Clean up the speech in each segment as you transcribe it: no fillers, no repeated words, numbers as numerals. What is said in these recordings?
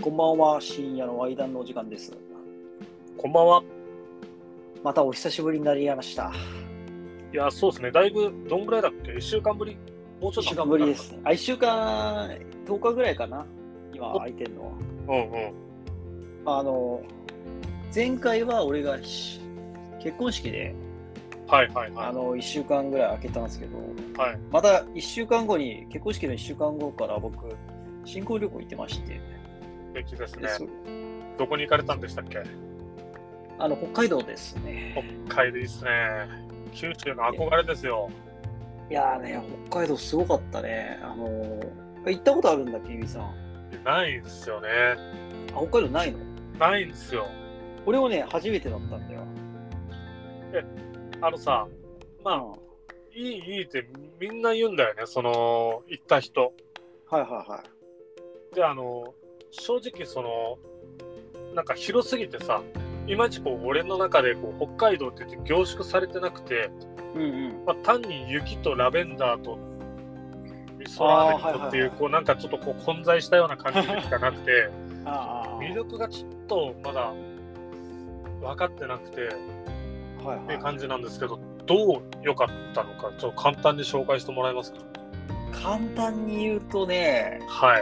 こんばんは。深夜のワイダンのお時間です。 こんばんは。 またお久しぶりになりました。 いや、そうですね。だいぶ、どんぐらいだっけ？ 1 週間ぶり？もうちょ 1 っと週間ぶりですね。1週間、10日ぐらいかな。今空いてるのは。 うんうん。 前回は俺が結婚式で、 はいはいはい。 1週間ぐらい空けたんですけど、 はい。 また1週間後に、結婚式の1週間後から僕、新婚旅行行ってまして、 素敵ですねで。 どこに行かれたんでしたっけ？ 北海道ですね。 北海道いいっすね。九州の憧れですよ。 いやーね、北海道すごかったね。行ったことあるんだっけ、ゆいさん。 ないんですよね。 北海道ないの？ ないんですよ。 俺もね、初めてだったんだよ。 あのさ、まあ、いいってみんな言うんだよね。行った人。 はいはいはい。 で、正直なんか広すぎてさ、いまいち俺の中で北海道って言って凝縮されてなくて、単に雪とラベンダーとミソラーメンとっていう、なんかちょっと混在したような感じでしかなくて、魅力がちょっとまだ分かってなくて、っていう感じなんですけど、どう良かったのか、ちょっと簡単に紹介してもらえますか？ 簡単に言うとね、 はい。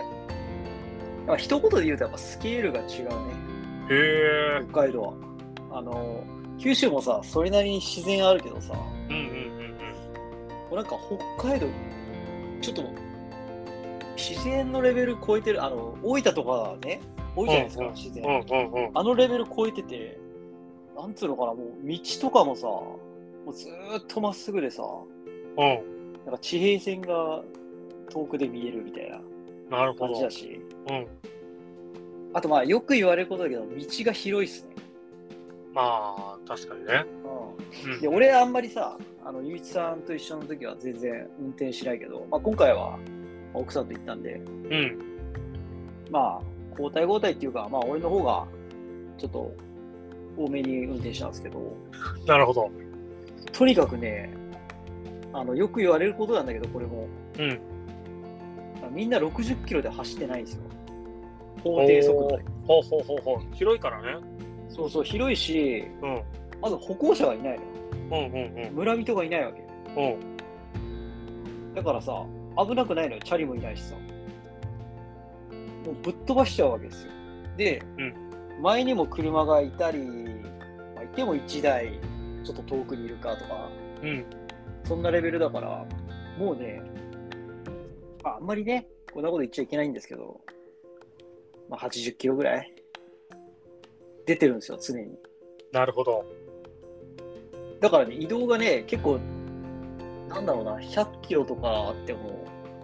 一言で言うとやっぱスケールが違うね。 へー。 北海道は。九州もさ、それなりに自然あるけどさ、なんか北海道、ちょっと自然のレベル超えてる、大分とかね、多いじゃないですか、自然。レベル超えてて、なんつうのかな、もう道とかもさ、もうずーっとまっすぐでさ、なんか地平線が遠くで見えるみたいな感じだし、あとまあよく言われることだけど、道が広いっすね。 まあ、確かにね。 で俺あんまりさ、ゆういちさんと一緒の時は全然運転しないけど、まあ、今回は奥さんと行ったんで、まあ、交代交代っていうか、まあ俺の方がちょっと多めに運転したんですけど、 なるほど。 とにかくね、よく言われることなんだけど、これも。みんな60キロで走ってないんですよ。法定速度で。 広いからね。 そうそう、広いし、まず歩行者がいないのよ。村人がいないわけ。だからさ、危なくないのよ。チャリもいないしさ。もうぶっ飛ばしちゃうわけですよ。で、前にも車がいたり、まあ、いても1台ちょっと遠くにいるかとか、そんなレベルだから、もうね、あんまりね、こんなこと言っちゃいけないんですけど、まあ、80キロぐらい出てるんですよ、常に。 なるほど。 だからね、移動がね、結構、なんだろうな、100キロとかあっても、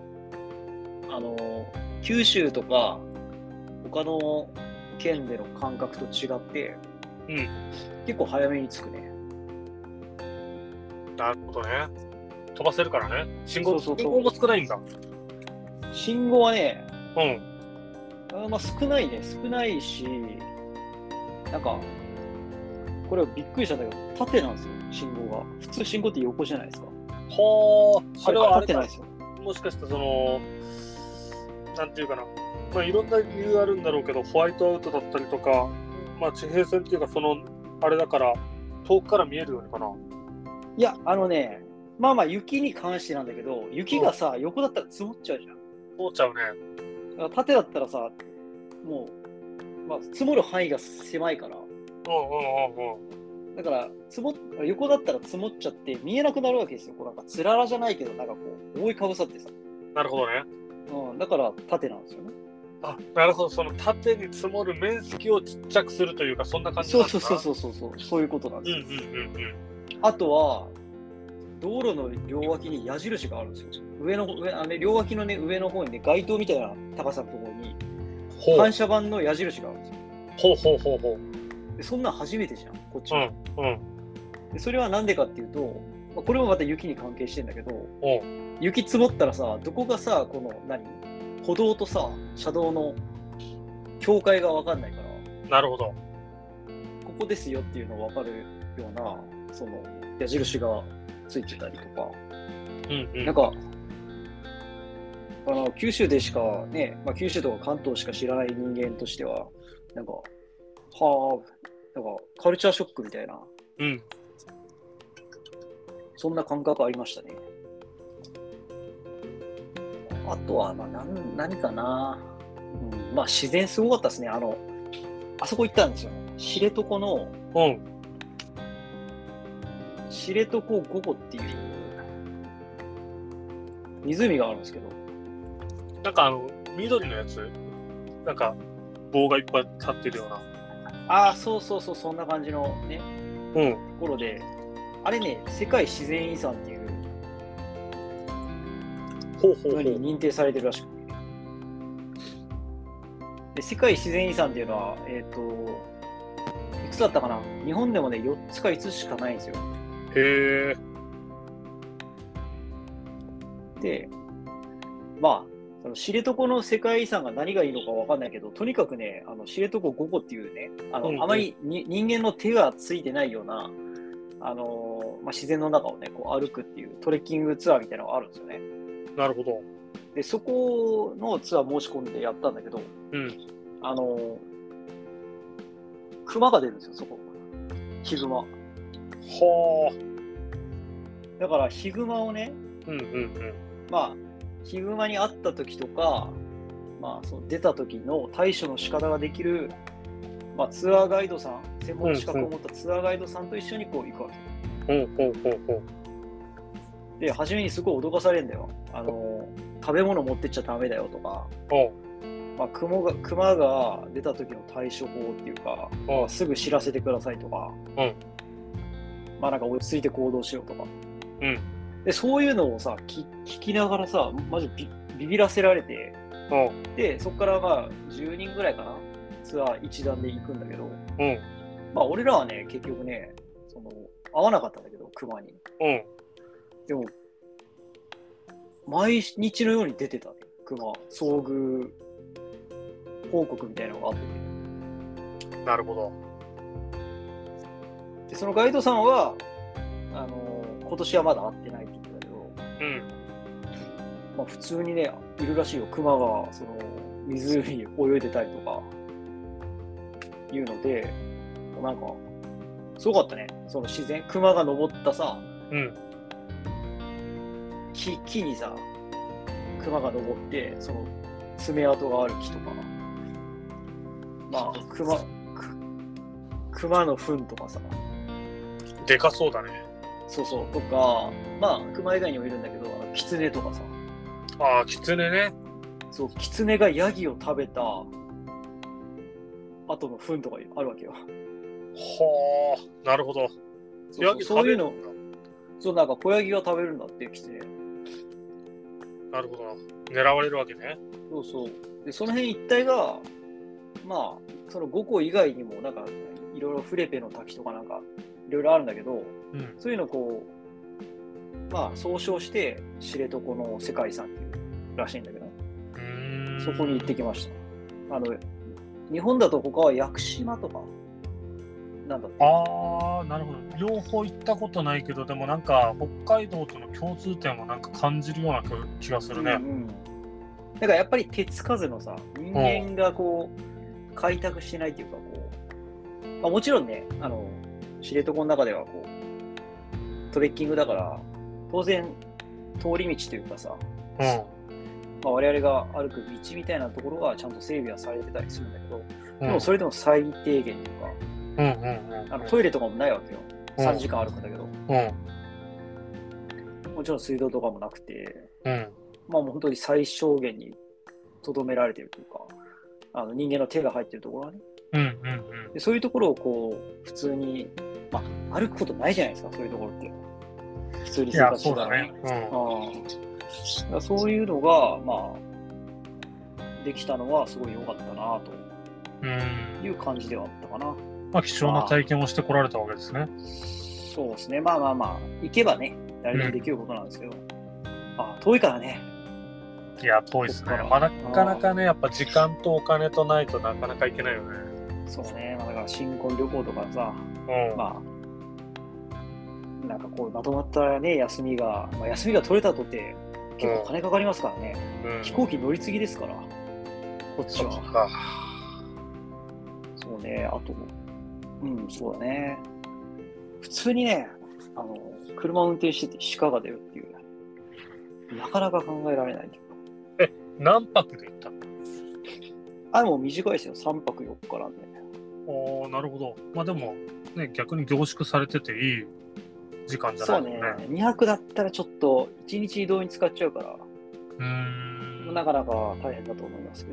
九州とか、他の県での感覚と違って、結構早めに着くね。 なるほどね。飛ばせるからね。信号そうも少ないんだ。 信号はね、まあ少ないね。少ないし、なんか、これはびっくりしたんだけど、縦なんですよ、信号が。普通信号って横じゃないですか。 それはあれ縦なんですよ。 もしかしてなんていうかな。まあいろんな理由あるんだろうけど、ホワイトアウトだったりとか、まあ地平線っていうか、あれだから、遠くから見えるようにかな。 いや、まあまあ雪に関してなんだけど、雪がさ、横だったら積もっちゃうじゃん。 積もっちゃうね。 だから縦だったらさ、もう、まあ、積もる範囲が狭いから。だから横だったら積もっちゃって見えなくなるわけですよ。なんかつららじゃないけど、なんか覆いかぶさってさ。 なるほどね。 だから縦なんですよね。 なるほど。縦に積もる面積をちっちゃくするというか、そんな感じなんだな。 そういうことなんですよ。あとは、道路の両脇に矢印があるんですよ。両脇のね、上の方にね、街灯みたいな高さのところに、反射板の矢印があるんですよ。でそんなん初めてじゃん、こっちは。でそれはなんでかっていうと、まあ、これもまた雪に関係してんだけど、雪積もったらさ、どこがさ、歩道とさ、車道の境界が分かんないから、 なるほど。 ここですよっていうのが分かるような、矢印がついてたりとか、なんか、 九州でしかね、九州とか関東しか知らない人間としては、なんかカルチャーショックみたいな、そんな感覚ありましたね。あとは、何かな、自然すごかったですね。あそこ行ったんですよ。知床の、知床五湖っていう湖があるんですけど。 なんか緑のやつ、なんか棒がいっぱい立ってるような。そう、そんな感じのね、ところで、あれね、世界自然遺産っていうのに認定されてるらしくて。で、世界自然遺産っていうのは、いくつだったかな、日本でもね、4つか5つしかないんですよ。 へー。で、その知床の世界遺産が何がいいのか分かんないけど、とにかくね、知床五湖っていうね、あまりに人間の手がついてないような、自然の中をね、こう歩くっていうトレッキングツアーみたいなのがあるんですよね。 なるほど。 で、そこのツアー申し込んでやったんだけど、熊が出るんですよ、そこ。ヒグマ。はあ。だから、ヒグマをね、ヒグマに会った時とか、その出た時の対処の仕方ができる、ツアーガイドさん、専門資格を持ったツアーガイドさんと一緒にこう行くわけ。で、初めにすごい脅かされるんだよ。食べ物持ってっちゃダメだよとか、熊が出た時の対処法っていうか、すぐ知らせてくださいとか、なんか落ち着いて行動しようとか。で、そういうのをさ、聞きながらさ、マジビビらせられて、で、そこから10人ぐらいかな、ツアー一団で行くんだけど、俺らはね、結局ね、会わなかったんだけど、熊に。でも、毎日のように出てたね、熊。遭遇報告みたいなのがあって。 なるほど。 で、そのガイドさんは、今年はまだ会ってないって言ってたけど、普通にね、いるらしいよ。熊が、湖に泳いでたりとか、いうので、なんか、すごかったね。その自然、熊が登ったさ、木にさ、熊が登って、その爪痕がある木とか、熊の糞とかさ。 でかそうだね。 そうそう。とか、熊以外にもいるんだけど、キツネとかさ。 キツネね。 そう、キツネがヤギを食べた後の糞とかあるわけよ。 なるほど。 ヤギそういうの、なんか小ヤギが食べるんだって、キツネ。 なるほど。狙われるわけね。 そうそう。で、その辺一帯が、その5個以外にも、なんか、いろいろフレペの滝とかなんか、いろいろあるんだけど、そういうのをこう、総称して、知床の世界遺産っていうらしいんだけど、そこに行ってきました。日本だと他は屋久島とか、なんだって。 なるほど。両方行ったことないけど、でもなんか北海道との共通点をなんか感じるような気がするね。 だからやっぱり手つかずのさ、人間がこう開拓してないっていうかこう、もちろんね、知床の中ではこうトレッキングだから当然通り道というかさ、我々が歩く道みたいなところはちゃんと整備はされてたりするんだけど、でもそれでも最低限というか、トイレとかもないわけよ。3時間歩くんだけど、もちろん水道とかもなくて、もう本当に最小限にとどめられているというか、人間の手が入っているところはね、でそういうところをこう普通に、歩くことないじゃないですか、そういうところって。普通に生活してたらね。そういうのが、できたのはすごい良かったなという感じではあったかな。 貴重な体験をしてこられたわけですね。 そうですね。行けばね、誰でもできることなんですけど、遠いからね。 いや、遠いですね。なかなかね、やっぱ時間とお金とないとなかなか行けないよね。 そうね。だから新婚旅行とかさ、なんかこうまとまったね、休みが取れたとて、 結構金かかりますからね。飛行機乗り継ぎですから、こっちは。そうね、あと、そうだね。普通にね、車運転してて鹿が出るっていう、なかなか考えられないけど。何泊で行ったの？ もう短いですよ、3泊4日なんで。 なるほど。まあでも、ね、逆に凝縮されてていい時間じゃないですね。 そうね、2泊だったらちょっと1日移動に使っちゃうから、なかなか大変だと思いますけ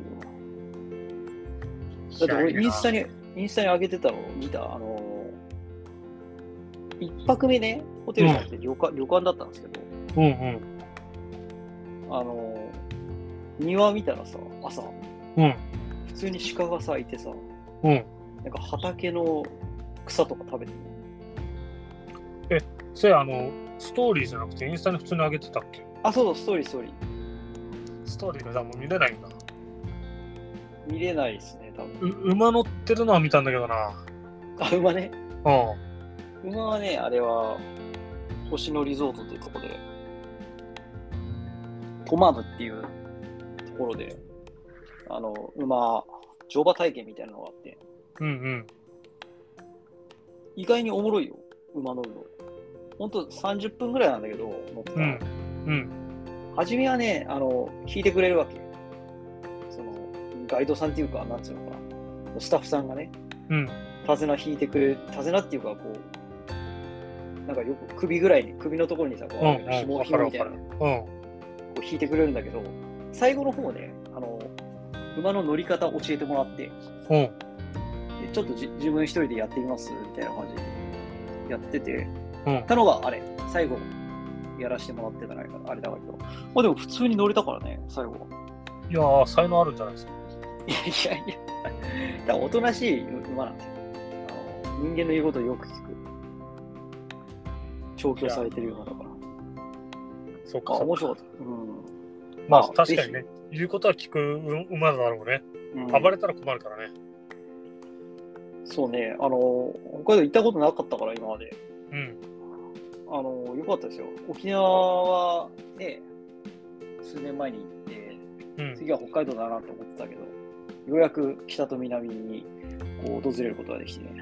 ど。だって俺インスタに上げてたのを見た、1泊目ね、ホテルじゃなくて旅館だったんですけど、庭見たらさ、朝、普通に鹿がさいてさ、なんか畑の草とか食べてる。それストーリーじゃなくてインスタに普通に上げてたっけ？ そう、ストーリー。 ストーリーがじゃあもう見れないんだ。 見れないですね、多分。 馬乗ってるのは見たんだけどな。 馬ね。馬はね、あれは、星野リゾートっていうところで、トマムっていうところで、馬、乗馬体験みたいなのがあって、意外におもろいよ、馬乗るの。ほんと30分ぐらいなんだけど、乗ったら。初めはね、聞いてくれるわけ。その、ガイドさんっていうか、なんつうのかな、スタッフさんがね、手綱引いてくれる、手綱っていうか、こう、なんかよく首のところにさ、こう、紐みたいな、こう引いてくれるんだけど、最後の方ね、馬の乗り方教えてもらって、でちょっと自分一人でやってみますみたいな感じでやってて、たのがあれ、最後やらせてもらってたらあれだけど、でも普通に乗れたからね、最後は。 いやー、才能あるんじゃないですか。 いや、だからおとなしい馬なんですよ。人間の言うことをよく聞く。調教されてる馬だから。 そうか。 面白かった。 まあ確かにね、言うことは聞く馬だろうね。暴れたら困るからね。 そうね、北海道行ったことなかったから、今まで。よかったですよ。沖縄はね、数年前に行って、次は北海道だなと思ってたけど、ようやく北と南にこう訪れることができてね。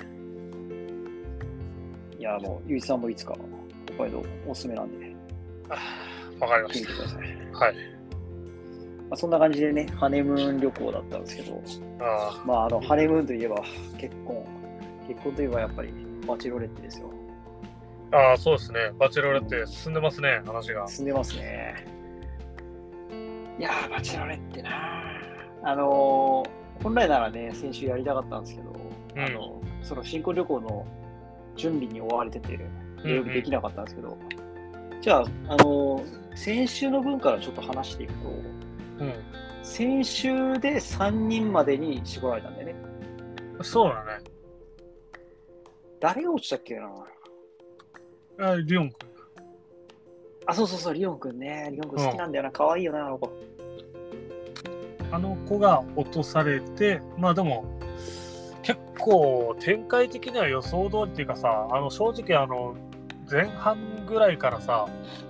いや、ゆういちさんもいつか北海道おすすめなんで。 わかりました。 来てください。 はい。 そんな感じでね、ハネムーン旅行だったんですけど、ハネムーンといえば結婚といえばやっぱりバチェロレッテですよ。 そうですね。バチェロレッテ進んでますね、話が。 進んでますね。いやー、バチェロレッテな本来ならね、先週やりたかったんですけど、その新婚旅行の準備に追われてて、できなかったんですけど、じゃあ、先週の分からちょっと話していくと、先週で3人までに絞られたんだよね。 そうだね。 誰が落ちたっけな。 リオン君。 そう、リオン君ね。リオン君好きなんだよな。可愛いよな、あの子。 あの子が落とされて、まあでも、結構展開的には予想通りっていうかさ、正直前半ぐらいからさ、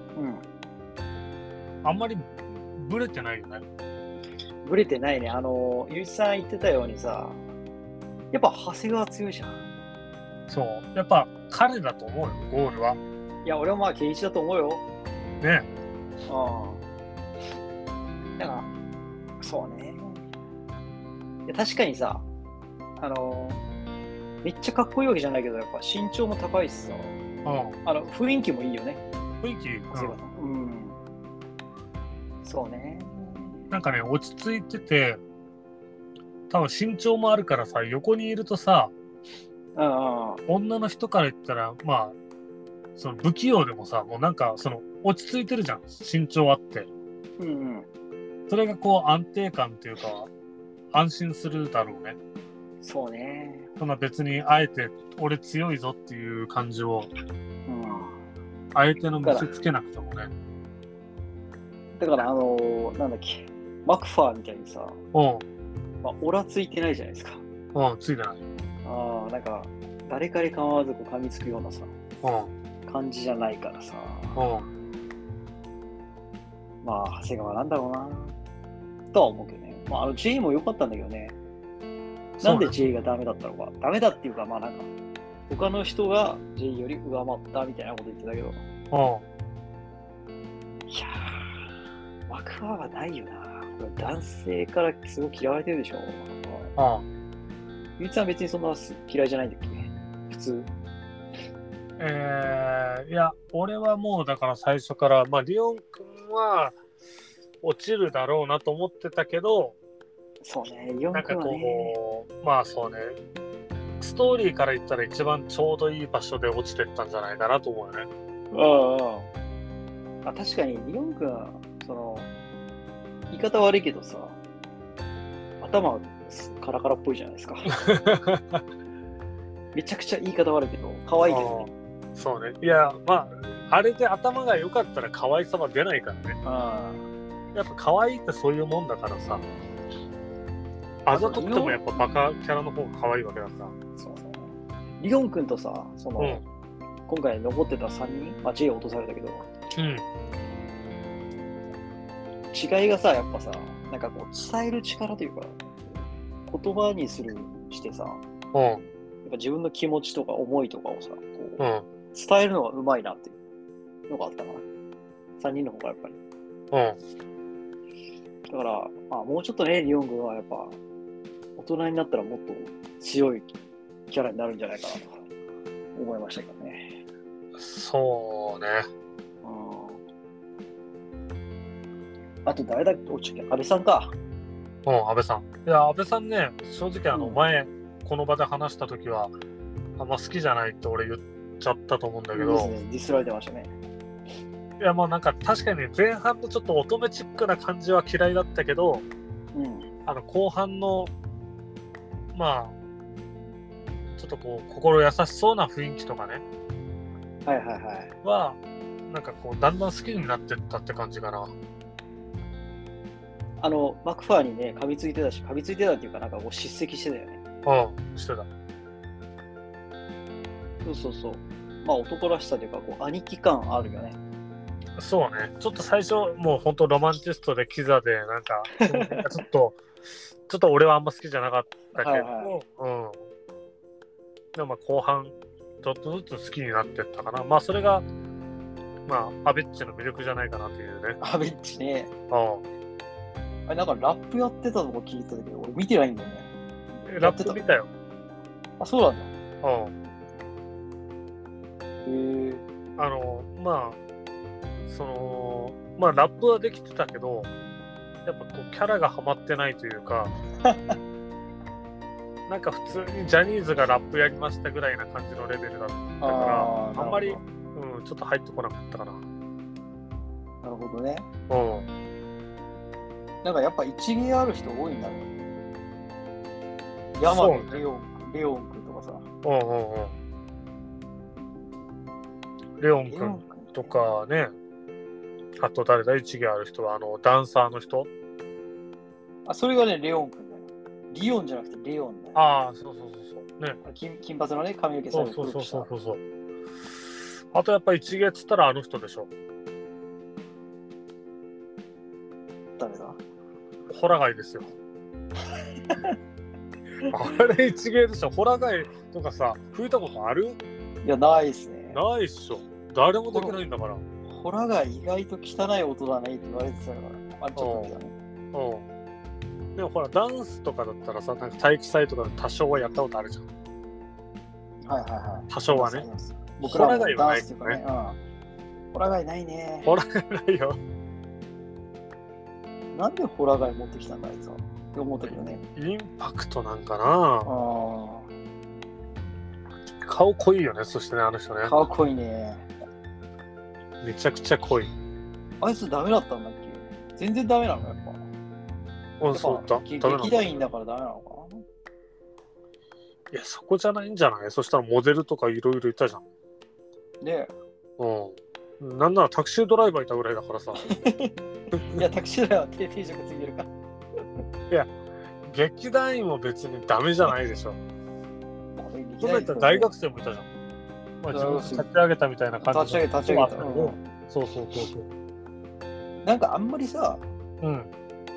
あんまりブレてないよね。 ブレてないね。ゆういちさん言ってたようにさ、やっぱ長谷川強いじゃん。 そう。やっぱ彼だと思うよ、ゴールは。 いや、俺は圭一だと思うよ。 ね。 だから、そうね。いや、確かにさ、めっちゃかっこいいわけじゃないけど、やっぱ身長も高いしさ、雰囲気もいいよね。 雰囲気いい。 そうね。 なんかね、落ち着いてて、多分身長もあるからさ、横にいるとさ、女の人から言ったら、まあ、その不器用でもさ、もうなんか、落ち着いてるじゃん、身長あって。それがこう、安定感っていうか、安心するだろうね。 そうね。 そんな別に、あえて、俺強いぞっていう感じを、相手の見せつけなくてもね。 だから、なんだっけ、マクファーみたいにさ、オラついてないじゃないですか。 ついてない。 なんか、誰かに構わずこう噛みつくようなさ、感じじゃないからさ。 まあ、長谷川なんだろうな、とは思うけどね。まあ、J も良かったんだけどね。なんで J がダメだったのか。ダメだっていうか、まあなんか、他の人が J より上回ったみたいなこと言ってたけど。いやー、マクファーはないよな。これ男性からすごい嫌われてるでしょ。ゆうちゃん別にそんな嫌いじゃないんだっけ、普通。 いや、俺はもうだから最初から、まあ、リオン君は落ちるだろうなと思ってたけど、 そうね、リオン君はね。 なんかこう、まあそうね、ストーリーから言ったら一番ちょうどいい場所で落ちてったんじゃないかなと思うよね。 ああ。確かに、リオン君は、言い方悪いけどさ、頭カラカラっぽいじゃないですか。めちゃくちゃ言い方悪いけど、可愛いけどね。 そうね。いや、まあ、あれで頭が良かったら可愛さは出ないからね。やっぱ可愛いってそういうもんだからさ。あざとってもやっぱバカキャラの方が可愛いわけだから。 そうそう。リオン君とさ、今回残ってた3人、まあ J 落とされたけど、違いがさ、やっぱさ、なんかこう、伝える力というか、言葉にしてさ、やっぱ自分の気持ちとか思いとかをさ、こう、伝えるのがうまいなっていうのがあったかな。3人の方がやっぱり。だから、まあ、もうちょっとね、リオン君はやっぱ、大人になったらもっと強いキャラになるんじゃないかなと思いましたけどね。 そうね。 あと誰だっけ、安倍さんか。 安倍さん。いや、安倍さんね、正直前、この場で話したときは、あんま好きじゃないって俺言っちゃったと思うんだけど。 ディスられてましたね。 いや、まあなんか確かに前半のちょっと乙女チックな感じは嫌いだったけど、後半の、まあ、ちょっとこう、心優しそうな雰囲気とかね。は、なんかこう、だんだん好きになってったって感じかな。 マクファーにね、噛みついてたっていうか、なんかこう、叱責してたよね。 してた。 そう。まあ、男らしさというか、こう、兄貴感あるよね。 そうね。ちょっと最初、もう本当ロマンチストでキザで、なんか、ちょっと俺はあんま好きじゃなかったけど、でもまあ後半、ちょっとずつ好きになってったかな。まあそれが、まあ、アベッチの魅力じゃないかなっていうね。 アベッチね。あれ、なんかラップやってたとこ聞いてたけど、俺見てないんだよね。 ラップ見たよ。 そうなんだ。 まあ、まあラップはできてたけど、やっぱこうキャラがハマってないというか、なんか普通にジャニーズがラップやりましたぐらいな感じのレベルだったから、あんまり、ちょっと入ってこなかったかな。 なるほどね。なんかやっぱ一芸ある人多いんだね。山野レオン君とかさ。 レオン君とかね。あと誰だ、一芸ある人はダンサーの人。 それがね、レオン君だよ。リオンじゃなくてレオンだよ。 そうね。 金髪のね、髪の毛さ。 そう。あとやっぱ一芸っつったらあの人でしょ。 誰だ？ ホラガイですよ。あれ一芸でしょ。ホラガイとかさ、吹いたことある？ いや、ないっすね。 ないっしょ。誰もできないんだから。 ホラガイ意外と汚い音だねって言われてたから、ちょっと見たね。 でもほら、ダンスとかだったらさ、なんか体育祭とかで多少はやったことあるじゃん。多少はね。 僕らもダンスっていうかね。ホラガイないね。 ホラガイないよ。 なんでホラガイ持ってきたんだあいつはって思ったけどね。 インパクトなんかな。顔濃いよね、そしてね、あの人ね。 顔濃いね。 めちゃくちゃ濃い。 あいつダメだったんだっけ？全然ダメなのやっぱ。 そうだ。 劇団員だからダメなのかな。 いや、そこじゃないんじゃない？そしたらモデルとかいろいろいたじゃん。 ねえ。なんならタクシードライバーいたぐらいだからさ。 いや、タクシードライバー定食ついてるから。 いや、劇団員も別にダメじゃないでしょ。そうだったら大学生もいたじゃん。まあ、自分で立ち上げたみたいな感じで。 立ち上げた。 そう。 なんかあんまりさ、 うん。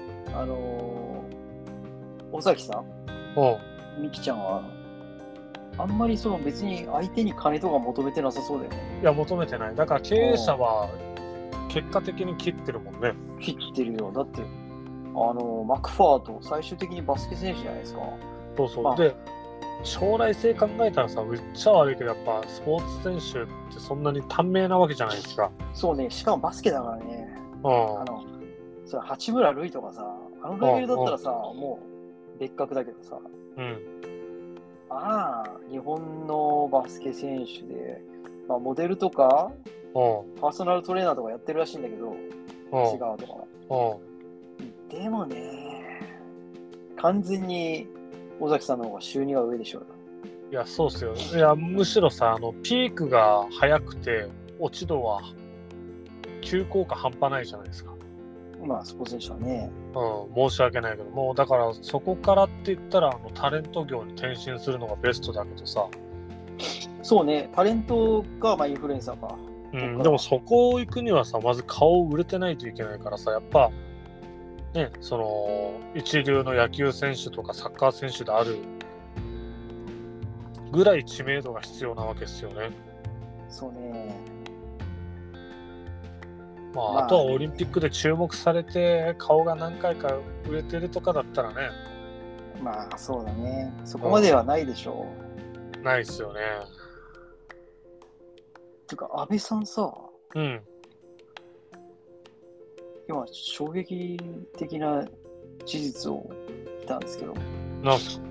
尾崎さん、みきちゃんは、あんまりその別に相手に金とか求めてなさそうだよね。 いや、求めてない。だから経営者は結果的に切ってるもんね。 切ってるよ。だって、マクファーと最終的にバスケ選手じゃないですか。 そうそう。で、将来性考えたらさ、めっちゃ悪いけど、やっぱスポーツ選手ってそんなに短命なわけじゃないですか。 そうね、しかもバスケだからね。それ八村塁とかさ、あのレベルだったらさ、もう別格だけどさ。 うん。 日本のバスケ選手で、モデルとか、パーソナルトレーナーとかやってるらしいんだけど、長谷川とかは。でもね、完全に尾崎さんの方が収入は上でしょうよ。 いや、そうっすよ。いや、むしろさ、ピークが早くて、落ち度は急降下半端ないじゃないですか。 スポーツ選手はね。 申し訳ないけど、もうだからそこからって言ったらタレント業に転身するのがベストだけどさ。 そうね、タレントがインフルエンサーか。 でもそこを行くにはさ、まず顔を売れてないといけないからさ、やっぱね、その一流の野球選手とかサッカー選手であるぐらい知名度が必要なわけですよね。 そうね。 あとはオリンピックで注目されて顔が何回か売れてるとかだったらね。 そうだね。そこまではないでしょう。ないっすよね。 てか、安倍さんさ、今、衝撃的な事実を見たんですけど。 なんすか？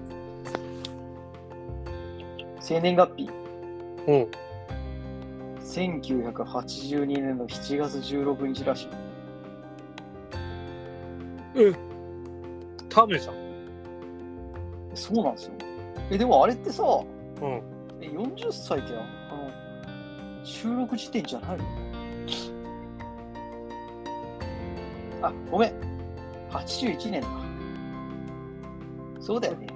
生年月日。1982年の7月16日らしい。 タメじゃん。 そうなんですよ。でもあれってさ、40歳って収録時点じゃないの？ごめん。81年だ。そうだよね。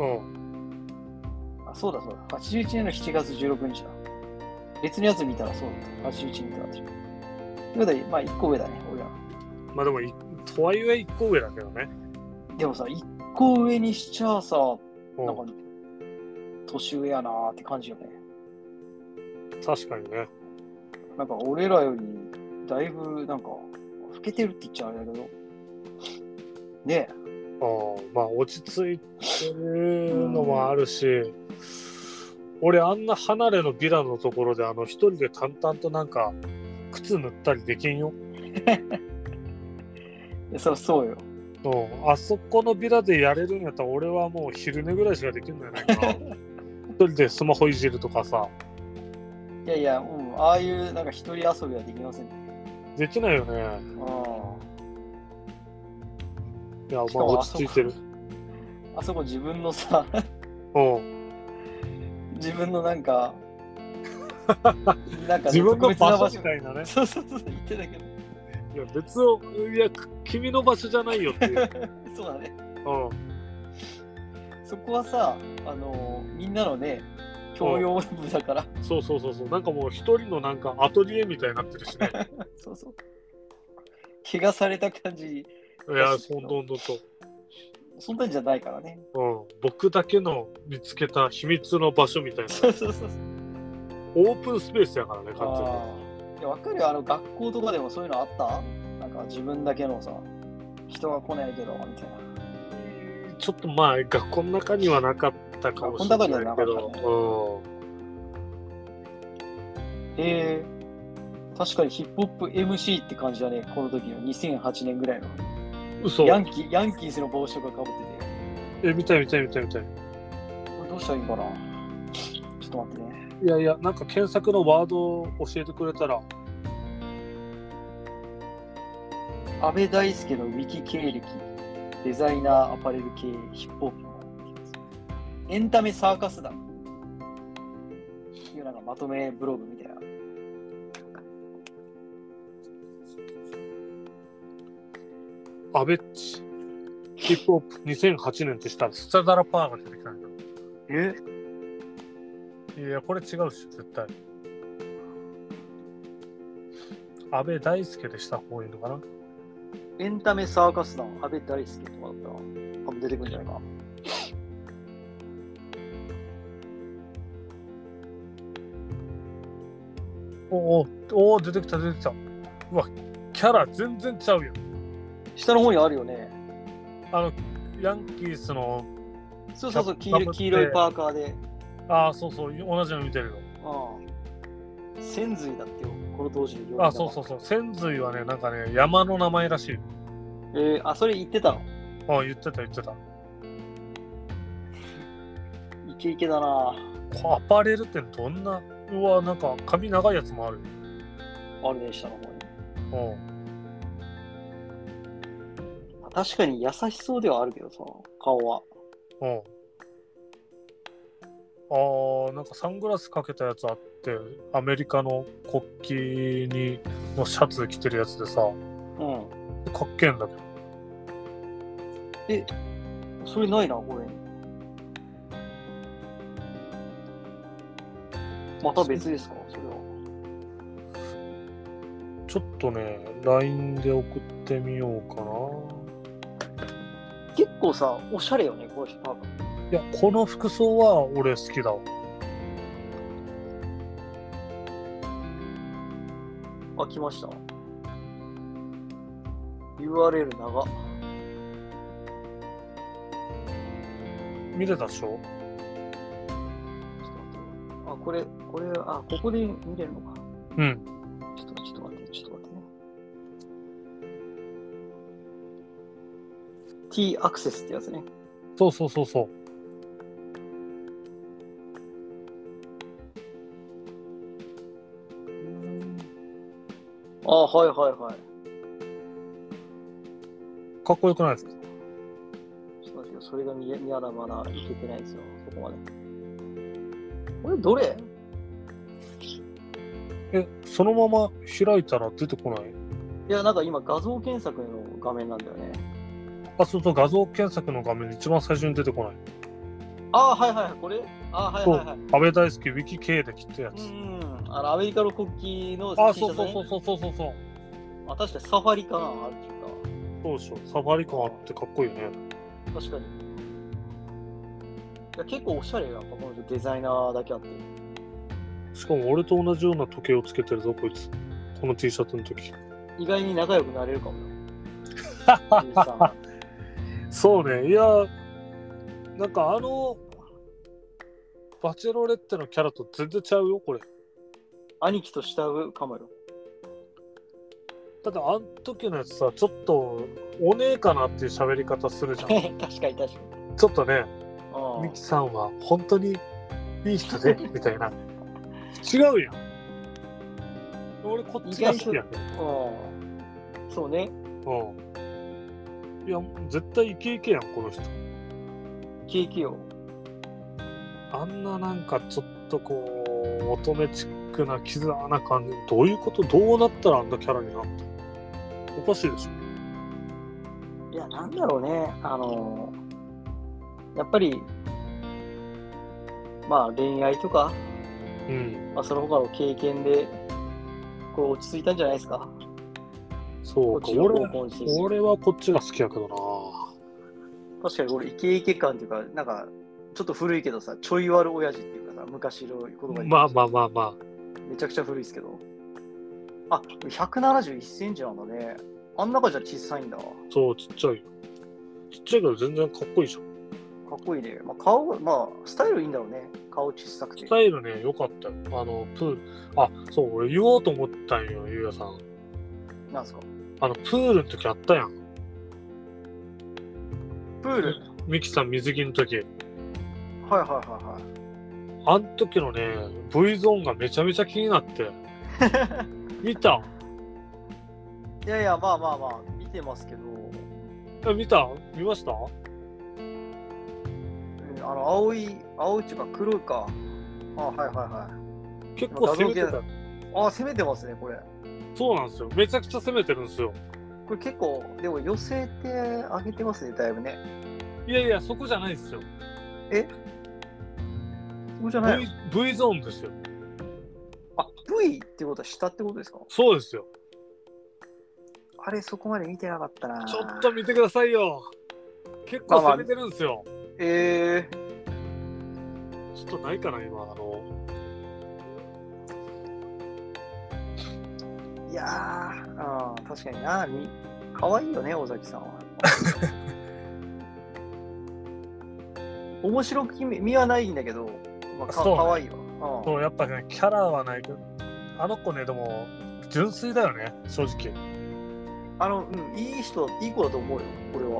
そうだ。81年の7月16日だ。別のやつ見たらそうだった。81年ってなってる。ということで、1個上だね、俺ら。 でも、とはいえ1個上だけどね。 でもさ、1個上にしちゃさ、なんか、年上やなーって感じよね。 確かにね。 なんか、俺らより、だいぶ、なんか、老けてるって言っちゃあれだけど。ねえ。 落ち着いてるのもあるし、俺あんな離れのビラのところで一人で淡々となんか靴塗ったりできんよ。 そうよ。 あそこのビラでやれるんやったら俺はもう昼寝ぐらいしかできるんじゃないかな。一人でスマホいじるとかさ。 いや、ああいうなんか一人遊びはできませんね。 できないよね。いや、落ち着いてる。 あそこ自分のさ、自分のなんか自分の場所みたいなね。 そう言ってたけど。 いや別を君の場所じゃないよっていう。 そうだね。そこはさみんなのね共用部だから。 そうなんかもう一人のなんかアトリエみたいになってるしね。 そう。怪我された感じ。 いやそんなと。 そんなんじゃないからね。 僕だけの見つけた秘密の場所みたいな。 そう。 オープンスペースやからね、完全に。 いや、わかるよ。学校とかでもそういうのあった？なんか自分だけのさ、人が来ないけど、みたいな。 ちょっと学校の中にはなかったかもしれないけど。 確かにヒップホップ MC って感じだね。この時の2008年ぐらいの。 嘘。 ヤンキースの帽子とかかぶってて。見たい。これどうしたらいいかな。ちょっと待ってね。 いや、なんか検索のワードを教えてくれたら。 安倍大輔のウィキ経歴、デザイナー、アパレル系、ヒップホップのエンタメサーカス団っていうなんかまとめブログみたいな。 安倍っちヒップホップ2008年ってしたらスチャダラパーが出てきたんだよ。いやこれ違うし絶対。安倍大輔でした方がいいのかな。 エンタメサーカス団、安倍大輔とかだったら、多分出てくるんじゃないかな。 お、出てきた。うわ、キャラ全然ちゃうよ。 下の方にあるよね。 ヤンキースの。 そう、黄色いパーカーで。 そう、同じの見てるよ。 千髄だってよ、この当時。 そう。千髄はね、なんかね、山の名前らしい。 それ言ってたの？ 言ってた。 イケイケだな。 アパレルってどんな、なんか髪長いやつもある。 あるね、下の方に。確かに優しそうではあるけどさ、顔は。 なんかサングラスかけたやつあって、アメリカの国旗のシャツ着てるやつでさ、かっけえんだけど。 それないな、これ。また別ですか、それは。 ちょっとね、LINE で送ってみようかな。 結構さ、おしゃれよね、この人多分。 いや、この服装は俺好きだわ。 来ました。URL 長。 見れたでしょ？ ちょっと待ってよ。これ、ここで見れるのか。 うん。 ちょっと待ってね。T アクセスってやつね。 そう。 はい。 かっこよくないですか？ ちょっと待ってよ、それがまだいけてないですよ、そこまで。これどれ？ そのまま開いたら出てこない？ いや、なんか今画像検索の画面なんだよね。 そう、画像検索の画面に一番最初に出てこない。 はい、これ？はい。 安倍大輔ウィキ系で切ったやつ。 アメリカの国旗の T シャツね。そう。 確かにサファリ感あるっていうか。 そうでしょ、サファリ感あってかっこいいね。 確かに。いや、結構おしゃれよ、やっぱこの人デザイナーだけあって。 しかも俺と同じような時計をつけてるぞ、こいつ。この T シャツの時。 意外に仲良くなれるかもよ。 そうね、いや、なんかバチェロレッテのキャラと全然ちゃうよ、これ。 兄貴と慕うかもよ。 だってあの時のやつさ、ちょっとおねえかなっていう喋り方するじゃん。 確かに。 ちょっとね、ミキさんは本当にいい人でみたいな。違うやん。俺こっちが好きやね。 そうね。 いや、絶対イケイケやん、この人。 イケイケよ。 あんななんかちょっとこう、乙女チックなキザな感じ。どういうこと？どうなったらあんなキャラになった？おかしいでしょ。 いや、なんだろうね。やっぱり、まあ恋愛とか、その他の経験で、こう落ち着いたんじゃないですか。 そうか、俺はこっちが好きやけどな。 確かに俺イケイケ感っていうか、なんかちょっと古いけどさ、ちょい悪親父っていうかさ、昔の言葉に。 まあ。 めちゃくちゃ古いですけど。171センチなんだね。あん中じゃ小さいんだ。 そう、ちっちゃいよ。ちっちゃいけど全然かっこいいじゃん。 かっこいいね。顔、スタイルいいんだろうね。顔小さくて。 スタイルね、良かったよ。そう、俺言おうと思ったんよ、ゆうやさん。 なんすか？ プールの時あったやん。 プール？ ミキさん水着の時。 はい。 あん時のね、V ゾーンがめちゃめちゃ気になって。見た？ いや、まあ、見てますけど。 見ました？ 青いっていうか黒いか。はい。 結構攻めてた。 攻めてますね、これ。 そうなんですよ。めちゃくちゃ攻めてるんですよ。 これ結構、でも寄せてあげてますね、だいぶね。 いや、そこじゃないですよ。 そこじゃない？ V ゾーンですよ。 V ってことは下ってことですか？ そうですよ。 あれそこまで見てなかったな。 ちょっと見てくださいよ。結構攻めてるんですよ。 ちょっとないかな今いやー、確かにな。可愛いよね、尾崎さんは。面白みはないんだけど、可愛いわ。 そう、やっぱね、キャラはないけど、あの子ね、でも、純粋だよね、正直。 いい子だと思うよ、これは。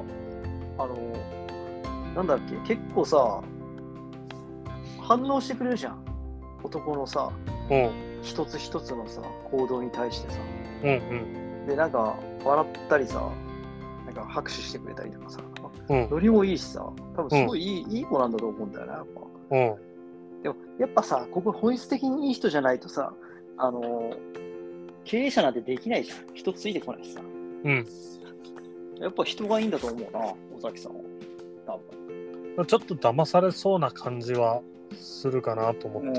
なんだっけ、結構さ、反応してくれるじゃん。男のさ、一つ一つのさ、行動に対してさ。で、なんか、笑ったりさ、なんか拍手してくれたりとかさ、ノリもいいしさ、多分すごいいい子なんだと思うんだよね、やっぱ。でも、やっぱさ、ここ本質的にいい人じゃないとさ、経営者なんてできないじゃん。人ついてこないしさ。やっぱ人がいいんだと思うな、尾崎さんは。多分。ちょっと騙されそうな感じはするかなと思って。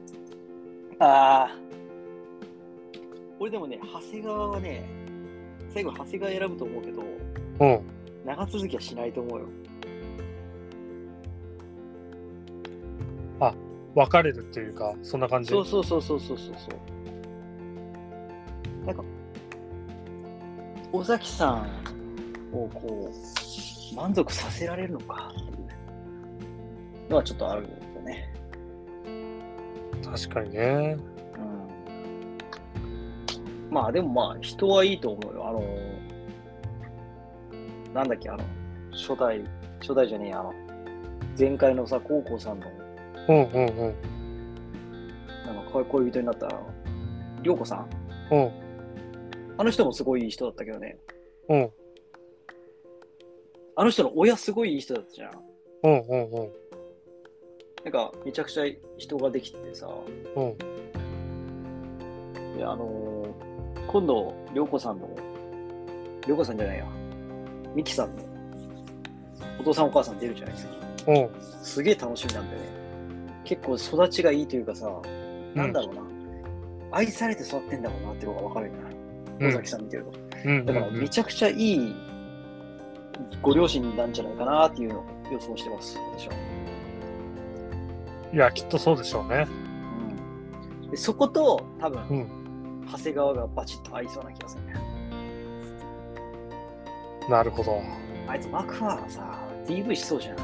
俺でもね、長谷川はね、最後長谷川選ぶと思うけど、長続きはしないと思うよ。 別れるっていうか、そんな感じ。 そう。なんか、尾崎さんをこう、満足させられるのかっていうのはちょっとあるよね。 確かにね。 まあでも人はいいと思うよ。なんだっけ、初代じゃねえや、前回のさ、高校さんの、なんか恋人になった涼子さん。あの人もすごいいい人だったけどね。あの人の親すごいいい人だったじゃん。なんかめちゃくちゃ人ができてさ。で今度涼子さんじゃないや、ミキさんのお父さんお母さん出るじゃないですか。すげえ楽しみなんだよね。結構育ちがいいというかさ、なんだろうな、愛されて育ってんだろうなっていうのが分かるよね、尾崎さん見てると。だからめちゃくちゃいいご両親なんじゃないかなっていうのを予想してますでしょ。 いや、きっとそうでしょうね。 でそこと多分、長谷川がバチッと合いそうな気がするね。 なるほど。 あいつマクファーはさ、DV しそうじゃん。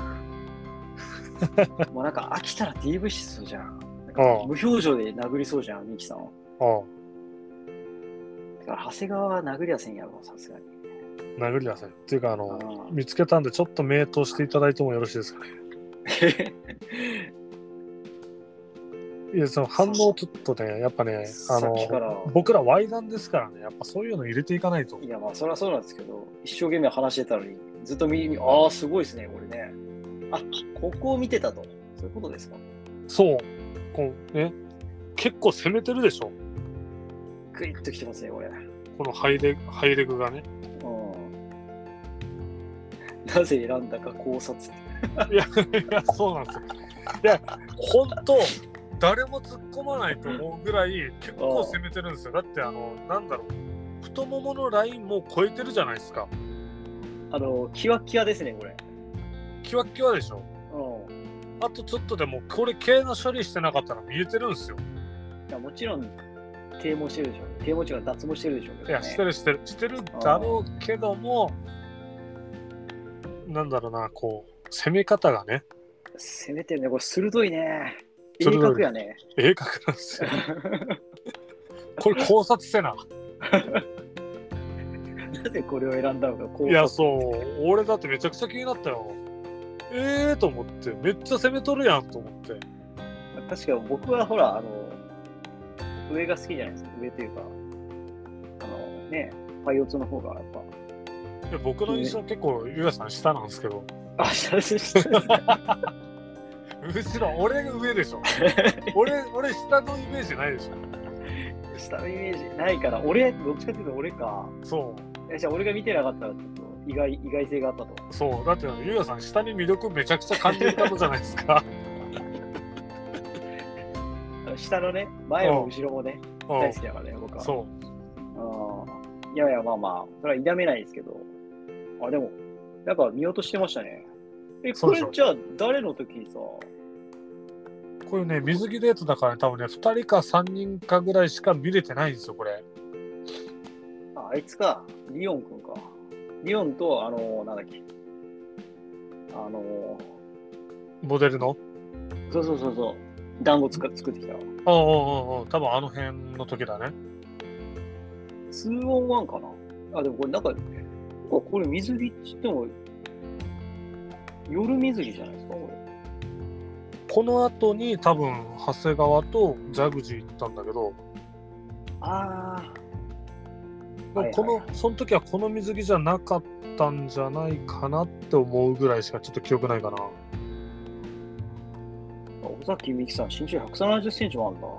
もうなんか飽きたら DV しそうじゃん。なんか無表情で殴りそうじゃん、ミキさんを。だから長谷川は殴りやせんやろ、さすがに。 殴りやせん。っていうか見つけたんでちょっと名答していただいてもよろしいですかね。いや、その反応ちょっとね、やっぱね、僕らワイダンですからね、やっぱそういうの入れていかないと。 いや、まあそれはそうなんですけど、一生懸命話してたのに、ずっとすごいですね、これね。ここを見てたと。そういうことですか。 そう。ね、結構攻めてるでしょ。 グイッときてますね、これ。 このハイレグがね。 なぜ選んだか考察。 いや、そうなんですよ。いや、本当誰も突っ込まないと思うぐらい結構攻めてるんですよ。だってなんだろう、太もものラインも超えてるじゃないですか。 キワッキワですね、これ。 キワッキワでしょ。あとちょっとでもこれ毛の処理してなかったら見えてるんですよ。 いや、もちろん啓蒙してるでしょ。啓蒙違う、脱毛してるでしょうけど、ね。 いや、してるだろうけども、なんだろうな、こう攻め方がね。 攻めてるね、これ鋭いね。鋭角やね。 鋭角なんですよ。これ考察せな。 なぜこれを選んだのか。 いや、そう、俺だってめちゃくちゃ気になったよ。と思って、めっちゃ攻めとるやんと思って。 確かに僕はほら、上が好きじゃないですか。上というか、パイオツの方がやっぱ。 いや、僕の印象結構、ゆうやさん下なんですけど。 下です。 むしろ俺が上でしょ。俺下のイメージないでしょ。 下のイメージないから、俺、どっちかというと俺か。 そう。 じゃあ俺が見てなかったらちょっと意外性があったと。 そう。だってゆうやさん下に魅力めちゃくちゃ感じる方じゃないですか。 下のね、前も後ろもね、大好きだからね、僕は。 そう。 いやいや、まあまあ、それは否めないですけど。あ、でも、なんか見落としてましたね。これじゃあ誰の時さ、これね、水着デートだからね、多分ね、2人か3人かぐらいしか見れてないんですよ、これ。 あいつか、リオンくんか。リオンと、なんだっけ。 モデルのそう。団子作ってきた。 多分あの辺の時だね。 2on1 かな。あ、でもこれなんか、これ水着って言っても、夜水着じゃないですか、これ。 この後に多分、長谷川とジャグジー行ったんだけど、その時はこの水着じゃなかったんじゃないかなって思うぐらいしかちょっと記憶ないかな。 尾崎美紀さん、身長170センチもあるんだ。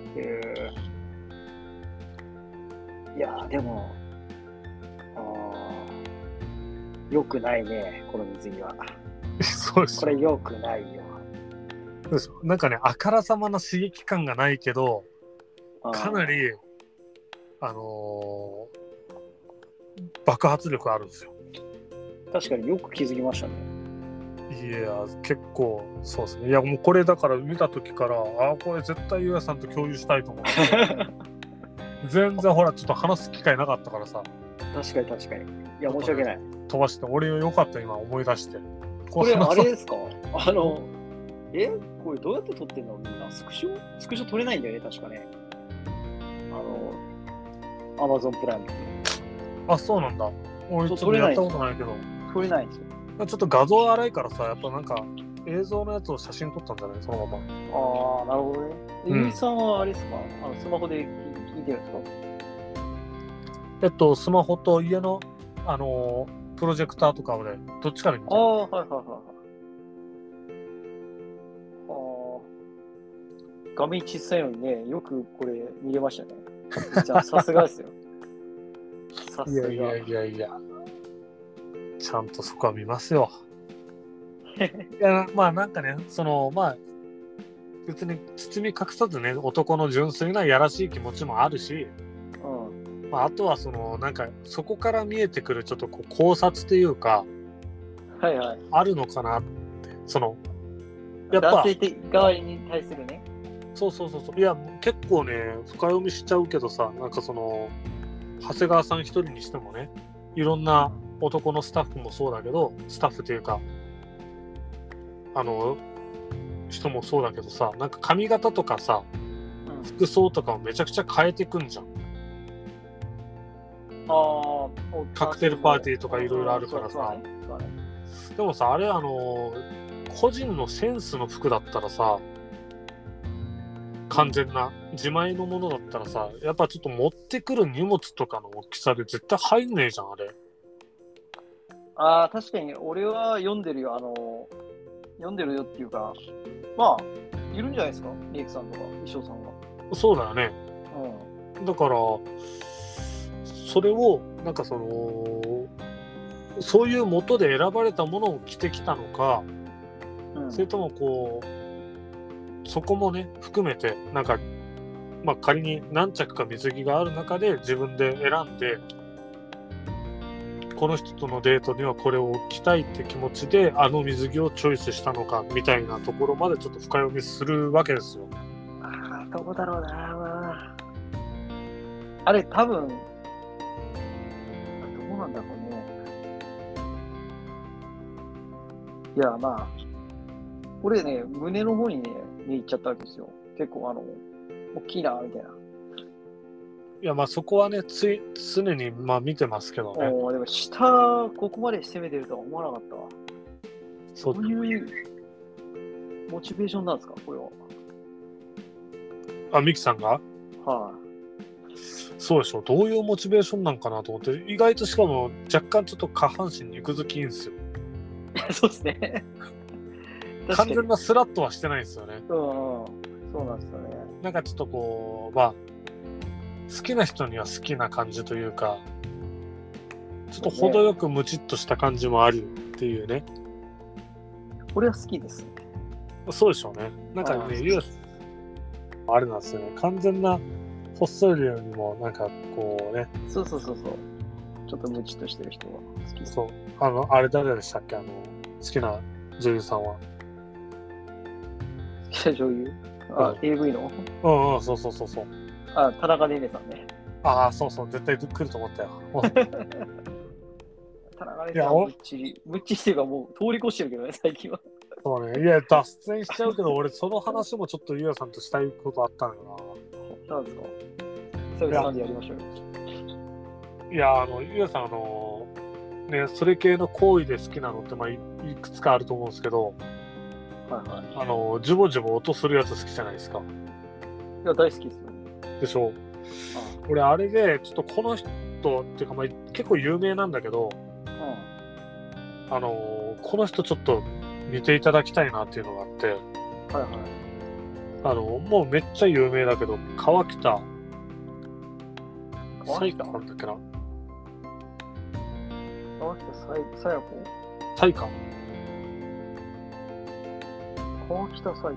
いやー、でも、よくないね、この水着は。 そうです。 これよくないよ。 なんかね、あからさまな刺激感がないけど、かなり、爆発力あるんですよ。 確かによく気づきましたね。 いや、結構そうですね。いや、もうこれだから見た時から、これ絶対ゆうやさんと共有したいと思って。全然ほら、ちょっと話す機会なかったからさ。 確かに。いや、申し訳ない。 飛ばして、俺よかった今思い出して。 これあれですか？これどうやって撮ってんのみんな。スクショ撮れないんだよね、確かね。Amazon プライム。 あ、そうなんだ。俺ちょっとやったことないけど。 撮れないんですよ。 ちょっと画像荒いからさ、やっぱなんか映像のやつを写真撮ったんじゃないそのまま。 ああ、なるほどね。ゆみさんはあれですか？スマホで聞いてるんですか？スマホと家の、プロジェクターとかをね、どっちから見てる？ はい。画面小さいのにね、よくこれ見れましたね。じゃあ、さすがですよ。さすが。 いや。ちゃんとそこは見ますよ。いや、まあなんかね、別に包み隠さずね、男の純粋なやらしい気持ちもあるし、あとはなんかそこから見えてくるちょっと考察というか、あるのかなって、 やっぱ男性側に対するね。 そう。いや、結構ね、深読みしちゃうけどさ、なんか長谷川さん一人にしてもね、いろんな男のスタッフもそうだけど、スタッフというか、人もそうだけどさ、なんか髪型とかさ、服装とかをめちゃくちゃ変えてくんじゃん。カクテルパーティーとかいろいろあるからさ。でもさ、あれ個人のセンスの服だったらさ、完全な自前のものだったらさ、やっぱちょっと持ってくる荷物とかの大きさで絶対入んねえじゃん、あれ。 確かに俺は読んでるよ。読んでるよっていうか、まあ、いるんじゃないですか、メイクさんとか衣装さんが。 そうだよね。だから、それを、なんかそういう元で選ばれたものを着てきたのか、それともそこもね、含めて、なんか、まあ仮に何着か水着がある中で自分で選んで、この人とのデートにはこれを着たいって気持ちで水着をチョイスしたのかみたいなところまでちょっと深読みするわけですよ。 どうだろうな。あれ多分どうなんだろうね。いやまあ俺ね、胸の方にね行っちゃったわけですよ。結構大きいなみたいな。 いやまあそこはね常に見てますけどね。 でも下ここまで攻めてるとは思わなかったわ。そういうモチベーションなんですかこれは。 ミキさんが？そうでしょ。どういうモチベーションなんかなと思って、意外としかも若干ちょっと下半身肉付きいいんですよ。 そうですね。 完全なスラッとはしてないんですよね。 そうなんですよね。 なんかちょっと好きな人には好きな感じというか、ちょっと程よくムチっとした感じもあるっていうね。 これは好きです。 そうでしょうね。なんかね、あれなんですよね。完全なっそりよりも、なんかこうね。 そう。ちょっとムチっとしてる人が好き。 そう。あれ誰でしたっけ？好きな女優さんは。 好きな女優？AV の？ そう。 田中ねねさんね。 そう、絶対来ると思ったよ。 田中ねねさんムッチしてるからもう通り越してるけどね、最近は。 そうね。いや、脱線しちゃうけど、俺その話もちょっとゆうやさんとしたいことあったのよな。なんですか？そういう感じでやりましょうよ。 いや、ゆうやさん、ね、それ系の行為で好きなのって、いくつかあると思うんですけど、ジュボジュボ音するやつ好きじゃないですか。 いや、大好きですよ。 でしょ。俺、あれで、ちょっとこの人っていうか、結構有名なんだけど、この人ちょっと見ていただきたいなっていうのがあって、もうめっちゃ有名だけど、川北彩花なんだっけな。 川北彩子？ 彩花。 川北彩花。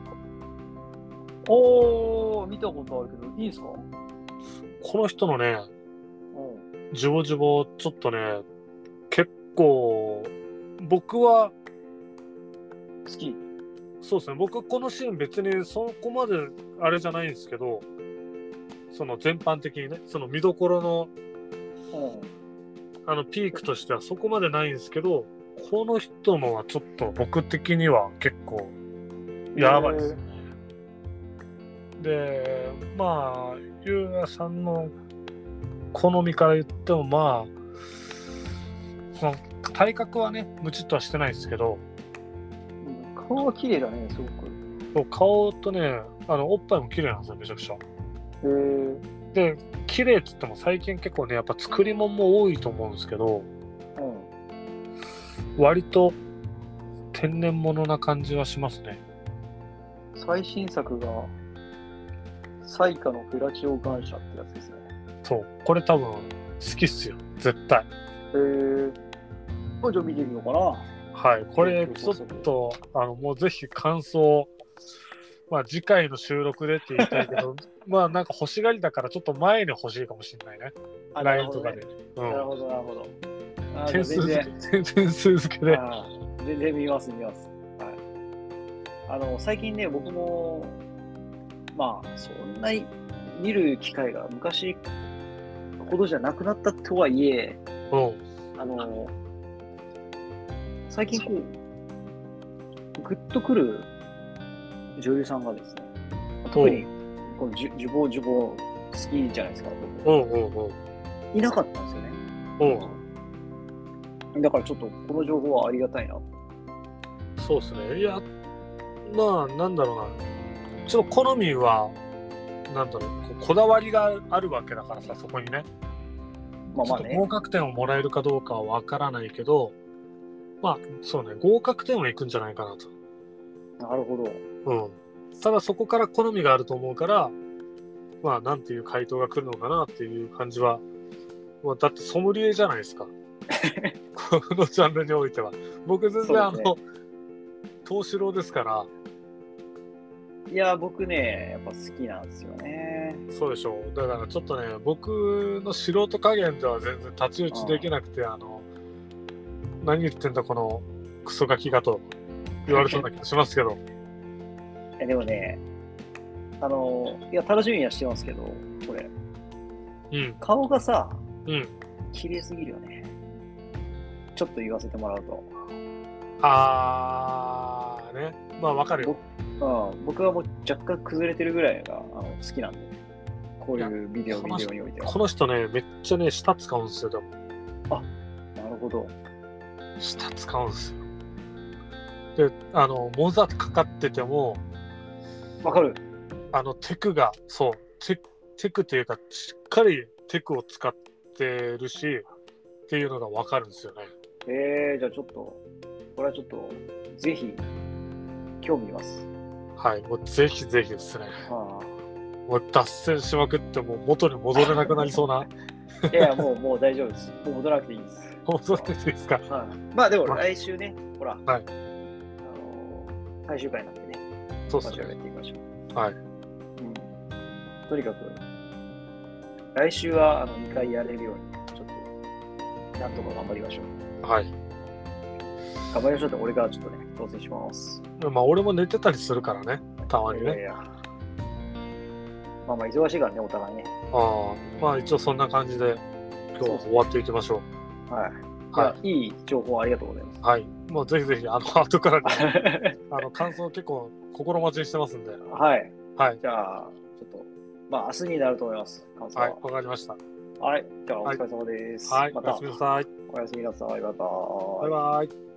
おー、見たことあるけど、いいですか？ この人のね、ジュボジュボ、ちょっとね、結構、僕は、 好き。 そうですね、僕このシーン別にそこまであれじゃないんですけど、その全般的にね、その見どころの、ピークとしてはそこまでないんですけど、この人のはちょっと僕的には結構やばいですね。で、ゆうやさんの好みから言ってもその体格はね、ムチっとはしてないですけど、 顔は綺麗だね、すごく。 そう、顔とね、おっぱいも綺麗なんですよ、めちゃくちゃ。で、綺麗っつっても最近結構ね、やっぱ作り物も多いと思うんですけど、割と天然物な感じはしますね。 最新作が彩花のフラチオ感謝ってやつですね。 そう、これ多分好きっすよ、絶対。 じゃあ見てみようかな。 はい、これちょっともうぜひ感想、次回の収録でって言いたいけどなんか欲しがりだからちょっと前に欲しいかもしれないね。LINE とかで。 なるほど。 点数付けで。 全然見ます。最近ね、僕もそんなに見る機会が昔ほどじゃなくなったとはいえ、最近こうグッとくる女優さんがですね、特にこのジュボ好きじゃないですか、いなかったんですよね。だからちょっとこの情報はありがたいな。 そうですね。いや、なんだろうな。ちょっと好みは、こだわりがあるわけだからさ、そこにね。合格点をもらえるかどうかはわからないけど、そうね、合格点はいくんじゃないかなと。 なるほど。 ただそこから好みがあると思うから、なんていう回答が来るのかなっていう感じは、だってソムリエじゃないですか。このジャンルにおいては。僕全然東四郎ですから。 いや、僕ね、やっぱ好きなんですよね。 そうでしょう。だからちょっとね、僕の素人加減では全然太刀打ちできなくて、何言ってんだこのクソガキがと言われそうな気がしますけど。 でもね、いや、楽しみにはしてますけど、これ。顔がさ、綺麗すぎるよね。ちょっと言わせてもらうと。 ね。わかるよ。 僕はもう若干崩れてるぐらいが好きなんで、こういうビデオにおいては。 この人ね、めっちゃね、舌使うんですよ、でも。 なるほど。 舌使うんですよ。で、モザかかってても、 わかる。 テクが、そう、テクっていうか、しっかりテクを使ってるし、っていうのがわかるんですよね。 じゃあちょっと、これはちょっと、ぜひ、興味ます。 はい、もうぜひぜひですね。もう脱線しまくってもう元に戻れなくなりそうな。 いや、もう大丈夫です。もう戻らなくていいです。 戻らなくていいですか。 でも来週ね、ほら、最終回なんでね。 そうですね。 やっていきましょう。 はい。 とにかく、 来週は2回やれるように、ちょっと、なんとか頑張りましょう。 はい。 頑張りましょうって、俺がちょっとね、当選します。 まあ、俺も寝てたりするからね、たまにね。 まあまあ、忙しいからね、お互いね。 まあ、一応そんな感じで、今日は終わっていきましょう。 はい。はい、いい情報ありがとうございます。 はい。もうぜひぜひ、後からね、感想結構心待ちにしてますんで。 はい。 はい。 じゃあ、ちょっと、まあ、明日になると思います。感想は。 はい、わかりました。 はい。じゃあ、お疲れ様です。 はい。 また。 おやすみなさい。 おやすみなさい。また。 バイバイ。